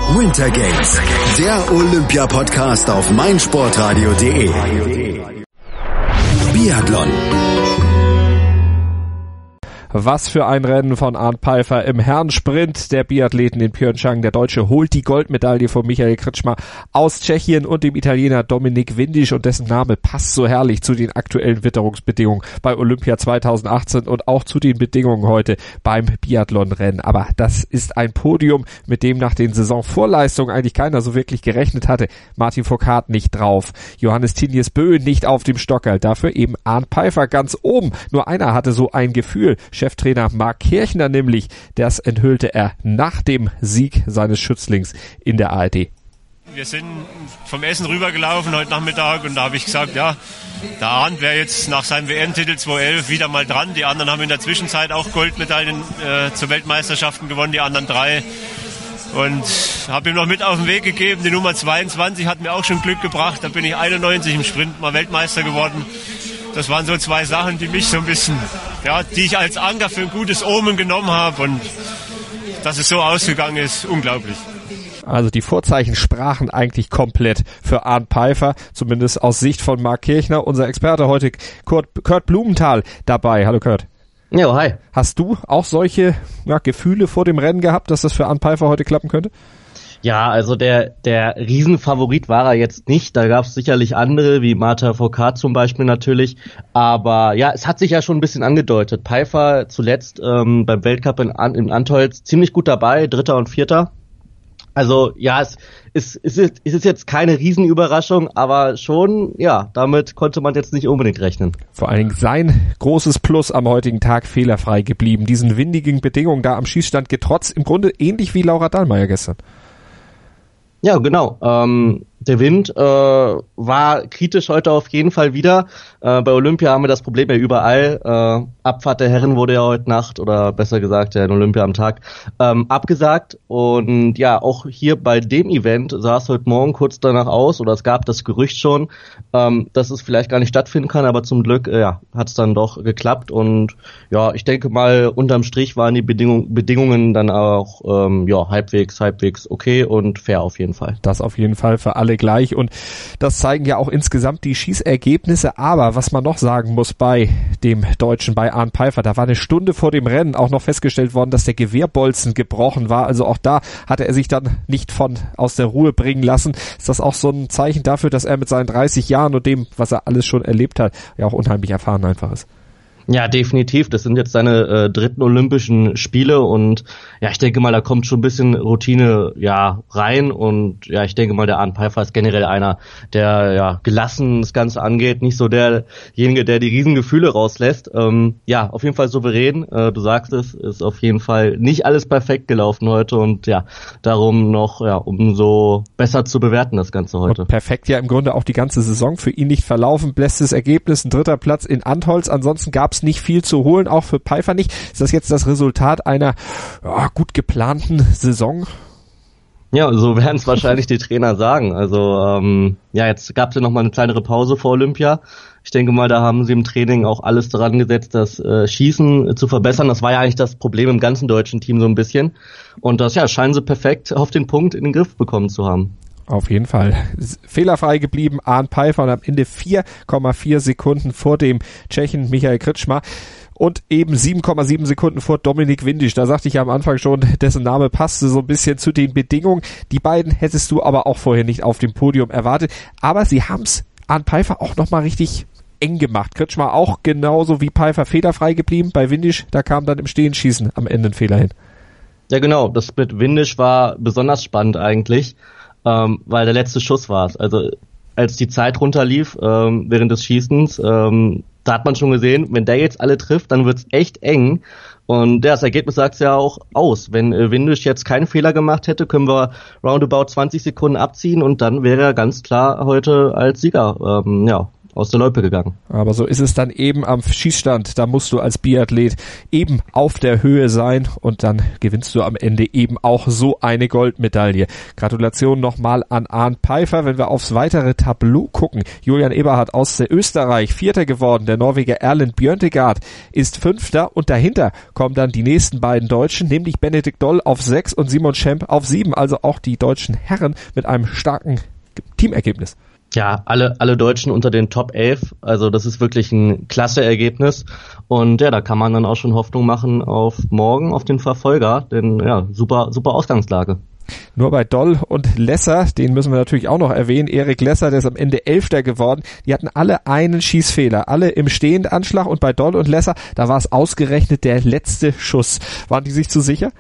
Winter Games, der Olympia-Podcast auf meinsportradio.de. Biathlon. Was für ein Rennen von Arnd Peiffer im Herrensprint der Biathleten in Pyeongchang. Der Deutsche holt die Goldmedaille von Michael Kretschmer aus Tschechien und dem Italiener Dominik Windisch, und dessen Name passt so herrlich zu den aktuellen Witterungsbedingungen bei Olympia 2018 und auch zu den Bedingungen heute beim Biathlonrennen. Aber das ist ein Podium, mit dem nach den Saisonvorleistungen eigentlich keiner so wirklich gerechnet hatte. Martin Fourcade nicht drauf, Johannes Tinjes Bö nicht auf dem Stockerl, dafür eben Arnd Peiffer ganz oben. Nur einer hatte so ein Gefühl, Cheftrainer Marc Kirchner nämlich, das enthüllte er nach dem Sieg seines Schützlings in der ARD. Wir sind vom Essen rübergelaufen heute Nachmittag und da habe ich gesagt, ja, der Arnd wäre jetzt nach seinem WM-Titel 2011 wieder mal dran. Die anderen haben in der Zwischenzeit auch Goldmedaillen zur Weltmeisterschaften gewonnen, die anderen 3. Und habe ihm noch mit auf den Weg gegeben, die Nummer 22 hat mir auch schon Glück gebracht. Da bin ich 91 im Sprint mal Weltmeister geworden. Das waren so 2 Sachen, die mich so ein bisschen, ja, die ich als Anker für ein gutes Omen genommen habe, und dass es so ausgegangen ist, unglaublich. Also die Vorzeichen sprachen eigentlich komplett für Arnd Peiffer, zumindest aus Sicht von Marc Kirchner. Unser Experte heute, Kurt Blumenthal, dabei. Hallo Kurt. Ja, hi. Hast du auch solche Gefühle vor dem Rennen gehabt, dass das für Arnd Peiffer heute klappen könnte? Ja, also der Riesenfavorit war er jetzt nicht. Da gab es sicherlich andere, wie Martin Fourcade zum Beispiel natürlich. Aber ja, es hat sich ja schon ein bisschen angedeutet. Peiffer zuletzt beim Weltcup in Antholz ziemlich gut dabei, 3. und 4. Also ja, es ist jetzt keine Riesenüberraschung, aber schon, ja, damit konnte man jetzt nicht unbedingt rechnen. Vor allen Dingen sein großes Plus am heutigen Tag, fehlerfrei geblieben. Diesen windigen Bedingungen da am Schießstand getrotzt, im Grunde ähnlich wie Laura Dahlmeier gestern. Ja, genau. Der Wind war kritisch heute auf jeden Fall wieder. Bei Olympia haben wir das Problem ja überall. Abfahrt der Herren wurde ja heute Nacht, oder besser gesagt der Olympia am Tag, abgesagt. Und ja, auch hier bei dem Event sah es heute Morgen kurz danach aus, oder es gab das Gerücht schon, dass es vielleicht gar nicht stattfinden kann, aber zum Glück hat es dann doch geklappt. Und ja, ich denke mal, unterm Strich waren die Bedingungen dann auch halbwegs okay und fair auf jeden Fall. Das auf jeden Fall für alle gleich, und das zeigen ja auch insgesamt die Schießergebnisse. Aber was man noch sagen muss bei dem Deutschen, bei Arnd Peiffer, da war eine Stunde vor dem Rennen auch noch festgestellt worden, dass der Gewehrbolzen gebrochen war. Also auch da hatte er sich dann nicht aus der Ruhe bringen lassen. Ist das auch so ein Zeichen dafür, dass er mit seinen 30 Jahren und dem, was er alles schon erlebt hat, ja auch unheimlich erfahren einfach ist? Ja, definitiv. Das sind jetzt seine 3. Olympischen Spiele, und ja, ich denke mal, da kommt schon ein bisschen Routine rein, und ja, ich denke mal, der Arnd Peiffer ist generell einer, der gelassen das Ganze angeht, nicht so derjenige, der die Riesengefühle rauslässt. Auf jeden Fall souverän. Du sagst es, ist auf jeden Fall nicht alles perfekt gelaufen heute, und ja, darum noch umso besser zu bewerten das Ganze heute. Und perfekt ja im Grunde auch die ganze Saison für ihn nicht verlaufen. Bestes Ergebnis, ein 3. Platz in Antholz. Ansonsten gab es nicht viel zu holen, auch für Peiffer nicht. Ist das jetzt das Resultat einer gut geplanten Saison? Ja, so werden es wahrscheinlich die Trainer sagen. Also jetzt gab es ja noch mal eine kleinere Pause vor Olympia. Ich denke mal, da haben sie im Training auch alles daran gesetzt, das Schießen zu verbessern. Das war ja eigentlich das Problem im ganzen deutschen Team so ein bisschen. Und das scheinen sie perfekt auf den Punkt in den Griff bekommen zu haben. Auf jeden Fall. Fehlerfrei geblieben, Arnd Peiffer, und am Ende 4,4 Sekunden vor dem Tschechen Michael Kretschmer und eben 7,7 Sekunden vor Dominik Windisch. Da sagte ich ja am Anfang schon, dessen Name passte so ein bisschen zu den Bedingungen. Die beiden hättest du aber auch vorher nicht auf dem Podium erwartet. Aber sie haben's, Arnd Peiffer, auch nochmal richtig eng gemacht. Kretschmer auch genauso wie Peiffer fehlerfrei geblieben. Bei Windisch, da kam dann im Stehenschießen am Ende ein Fehler hin. Ja genau, das mit Windisch war besonders spannend eigentlich. Weil der letzte Schuss war es. Also als die Zeit runterlief während des Schießens, da hat man schon gesehen, wenn der jetzt alle trifft, dann wird's echt eng. Und das Ergebnis sagt es ja auch aus. Wenn Windisch jetzt keinen Fehler gemacht hätte, können wir roundabout 20 Sekunden abziehen, und dann wäre er ganz klar heute als Sieger aus der Loipe gegangen. Aber so ist es dann eben am Schießstand. Da musst du als Biathlet eben auf der Höhe sein und dann gewinnst du am Ende eben auch so eine Goldmedaille. Gratulation nochmal an Arnd Peifer. Wenn wir aufs weitere Tableau gucken, Julian Eberhardt aus Österreich, Vierter geworden. Der Norweger Erlend Bjørntegard ist Fünfter und dahinter kommen dann die nächsten beiden Deutschen, nämlich Benedikt Doll auf 6 und Simon Schemp auf 7. Also auch die deutschen Herren mit einem starken Teamergebnis. Ja, alle Deutschen unter den Top 11, also das ist wirklich ein klasse Ergebnis und ja, da kann man dann auch schon Hoffnung machen auf morgen, auf den Verfolger, denn ja, super Ausgangslage. Nur bei Doll und Lesser, den müssen wir natürlich auch noch erwähnen, Erik Lesser, der ist am Ende 11. geworden, die hatten alle einen Schießfehler, alle im Stehendanschlag und bei Doll und Lesser, da war es ausgerechnet der letzte Schuss. Waren die sich zu sicher?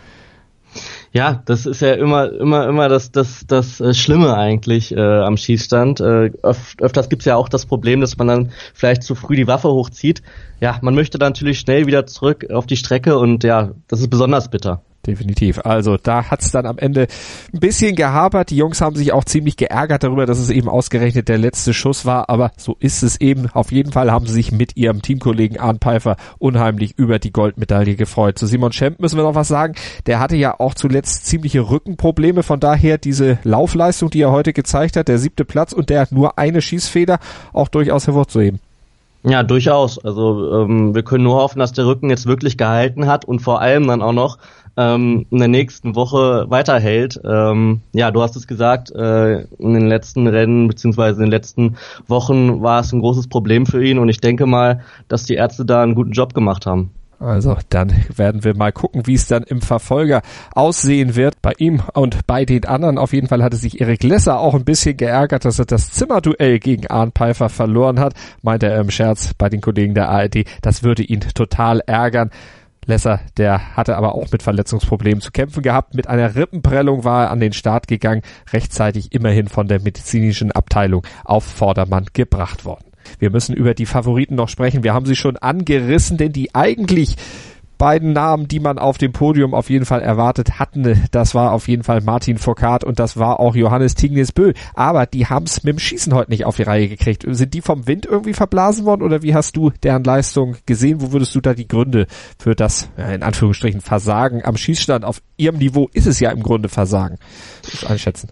Ja, das ist ja immer das Schlimme eigentlich am Schießstand. Öfters gibt's ja auch das Problem, dass man dann vielleicht zu früh die Waffe hochzieht. Ja, man möchte dann natürlich schnell wieder zurück auf die Strecke und ja, das ist besonders bitter. Definitiv. Also da hat's dann am Ende ein bisschen gehapert. Die Jungs haben sich auch ziemlich geärgert darüber, dass es eben ausgerechnet der letzte Schuss war. Aber so ist es eben. Auf jeden Fall haben sie sich mit ihrem Teamkollegen Arnd Peifer unheimlich über die Goldmedaille gefreut. Zu Simon Schemp müssen wir noch was sagen. Der hatte ja auch zuletzt ziemliche Rückenprobleme. Von daher diese Laufleistung, die er heute gezeigt hat, der 7. Platz und der nur eine Schießfeder, auch durchaus hervorzuheben. Ja, durchaus. Also wir können nur hoffen, dass der Rücken jetzt wirklich gehalten hat und vor allem dann auch noch in der nächsten Woche weiterhält. Ja, du hast es gesagt, in den letzten Rennen beziehungsweise in den letzten Wochen war es ein großes Problem für ihn und ich denke mal, dass die Ärzte da einen guten Job gemacht haben. Also dann werden wir mal gucken, wie es dann im Verfolger aussehen wird. Bei ihm und bei den anderen. Auf jeden Fall hatte sich Erik Lesser auch ein bisschen geärgert, dass er das Zimmerduell gegen Arnd Peifer verloren hat. Meinte er im Scherz bei den Kollegen der ARD, das würde ihn total ärgern. Lesser, der hatte aber auch mit Verletzungsproblemen zu kämpfen gehabt. Mit einer Rippenprellung war er an den Start gegangen, rechtzeitig immerhin von der medizinischen Abteilung auf Vordermann gebracht worden. Wir müssen über die Favoriten noch sprechen. Wir haben sie schon angerissen, denn die eigentlich beiden Namen, die man auf dem Podium auf jeden Fall erwartet hatten, das war auf jeden Fall Martin Fourcade und das war auch Johannes Tingnes Bö. Aber die haben es mit dem Schießen heute nicht auf die Reihe gekriegt. Sind die vom Wind irgendwie verblasen worden oder wie hast du deren Leistung gesehen? Wo würdest du da die Gründe für das, in Anführungsstrichen, Versagen am Schießstand auf ihrem Niveau ist es ja im Grunde Versagen, das einschätzen?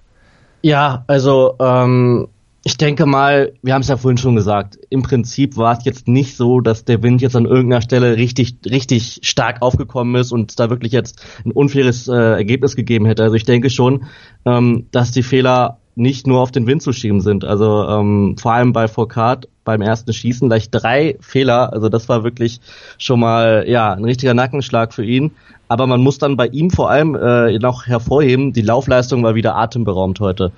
Ja, also ich denke mal, wir haben es ja vorhin schon gesagt, im Prinzip war es jetzt nicht so, dass der Wind jetzt an irgendeiner Stelle richtig stark aufgekommen ist und da wirklich jetzt ein unfaires Ergebnis gegeben hätte. Also ich denke schon, dass die Fehler nicht nur auf den Wind zu schieben sind. Also vor allem bei Fourcade beim ersten Schießen gleich 3 Fehler. Also das war wirklich schon mal ja ein richtiger Nackenschlag für ihn. Aber man muss dann bei ihm vor allem noch hervorheben, die Laufleistung war wieder atemberaubend heute.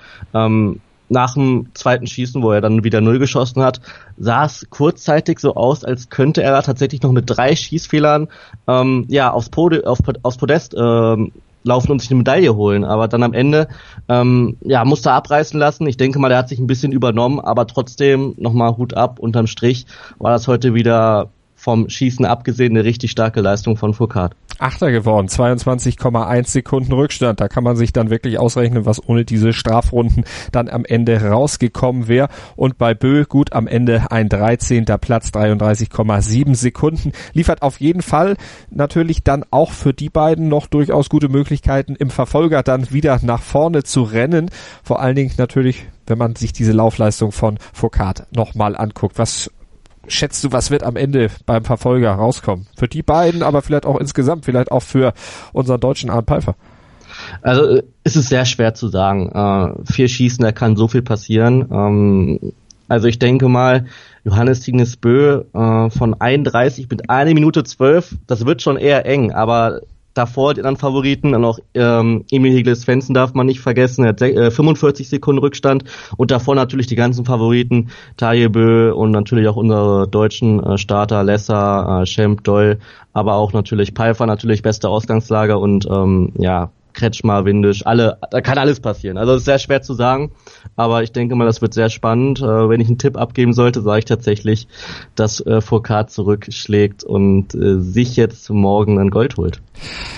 Nach dem zweiten Schießen, wo er dann wieder 0 geschossen hat, sah es kurzzeitig so aus, als könnte er tatsächlich noch mit 3 Schießfehlern aufs Podest laufen und sich eine Medaille holen. Aber dann am Ende musste er abreißen lassen. Ich denke mal, der hat sich ein bisschen übernommen, aber trotzdem nochmal Hut ab. Unterm Strich war das heute wieder vom Schießen abgesehen eine richtig starke Leistung von Fourcade. 8. geworden, 22,1 Sekunden Rückstand. Da kann man sich dann wirklich ausrechnen, was ohne diese Strafrunden dann am Ende rausgekommen wäre. Und bei Bö gut am Ende ein 13. Platz, 33,7 Sekunden. Liefert auf jeden Fall natürlich dann auch für die beiden noch durchaus gute Möglichkeiten, im Verfolger dann wieder nach vorne zu rennen. Vor allen Dingen natürlich, wenn man sich diese Laufleistung von Fourcade nochmal anguckt. Was schätzt du, was wird am Ende beim Verfolger rauskommen? Für die beiden, aber vielleicht auch insgesamt, vielleicht auch für unseren deutschen Arnd Peifer. Also es ist sehr schwer zu sagen. 4 Schießen, da kann so viel passieren. Also ich denke mal, Johannes Tingnes Bö von 31 mit 1 Minute 12, das wird schon eher eng, aber davor die anderen Favoriten, dann auch Emil Hegel-Svensson darf man nicht vergessen, er hat 45 Sekunden Rückstand und davor natürlich die ganzen Favoriten, Tarjei Bö und natürlich auch unsere deutschen Starter, Lesser, Schemp, Doll, aber auch natürlich Peifer, natürlich beste Ausgangslage und Kretschmer, Windisch, da kann alles passieren. Also es ist sehr schwer zu sagen, aber ich denke mal, das wird sehr spannend. Wenn ich einen Tipp abgeben sollte, sage ich tatsächlich, dass Fourcade zurückschlägt und sich jetzt morgen ein Gold holt.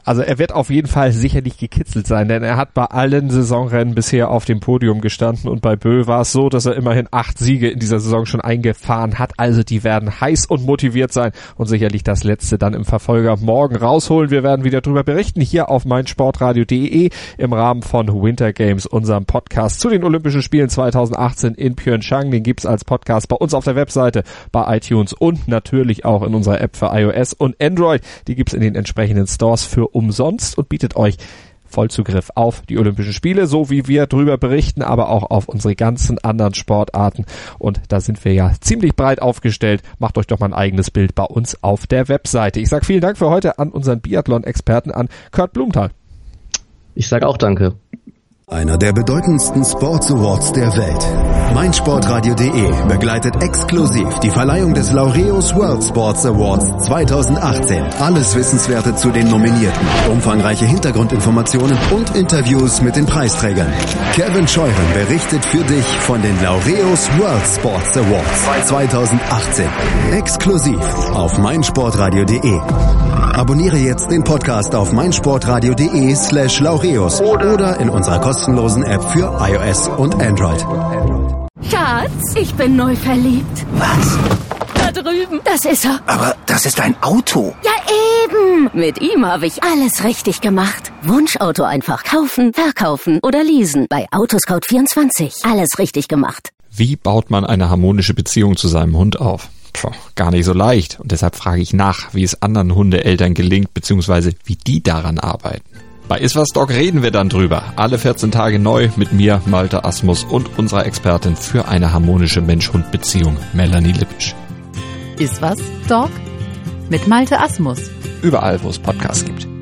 Also er wird auf jeden Fall sicherlich gekitzelt sein, denn er hat bei allen Saisonrennen bisher auf dem Podium gestanden und bei Bö war es so, dass er immerhin 8 Siege in dieser Saison schon eingefahren hat. Also die werden heiß und motiviert sein und sicherlich das letzte dann im Verfolger morgen rausholen. Wir werden wieder drüber berichten hier auf meinsportradio.de im Rahmen von Winter Games, unserem Podcast zu den Olympischen Spielen 2018 in Pyeongchang. Den gibt's als Podcast bei uns auf der Webseite, bei iTunes und natürlich auch in unserer App für iOS und Android. Die gibt's in den entsprechenden Stores für umsonst und bietet euch Vollzugriff auf die Olympischen Spiele, so wie wir drüber berichten, aber auch auf unsere ganzen anderen Sportarten. Und da sind wir ja ziemlich breit aufgestellt. Macht euch doch mal ein eigenes Bild bei uns auf der Webseite. Ich sage vielen Dank für heute an unseren Biathlon-Experten, an Kurt Blumenthal. Ich sage auch danke. Einer der bedeutendsten Sports Awards der Welt. meinsportradio.de begleitet exklusiv die Verleihung des Laureus World Sports Awards 2018. Alles Wissenswerte zu den Nominierten, umfangreiche Hintergrundinformationen und Interviews mit den Preisträgern. Kevin Scheuren berichtet für dich von den Laureus World Sports Awards 2018. Exklusiv auf meinsportradio.de. Abonniere jetzt den Podcast auf meinsportradio.de/Laureus oder in unserer kostenlosen App für iOS und Android. Schatz, ich bin neu verliebt. Was? Da drüben. Das ist er. Aber das ist ein Auto. Ja, eben. Mit ihm habe ich alles richtig gemacht. Wunschauto einfach kaufen, verkaufen oder leasen. Bei Autoscout24. Alles richtig gemacht. Wie baut man eine harmonische Beziehung zu seinem Hund auf? Gar nicht so leicht. Und deshalb frage ich nach, wie es anderen Hundeeltern gelingt, beziehungsweise wie die daran arbeiten. Bei Iswas Dog reden wir dann drüber. Alle 14 Tage neu mit mir, Malte Asmus und unserer Expertin für eine harmonische Mensch-Hund-Beziehung, Melanie Lippisch. Iswas Dog mit Malte Asmus. Überall, wo es Podcasts gibt.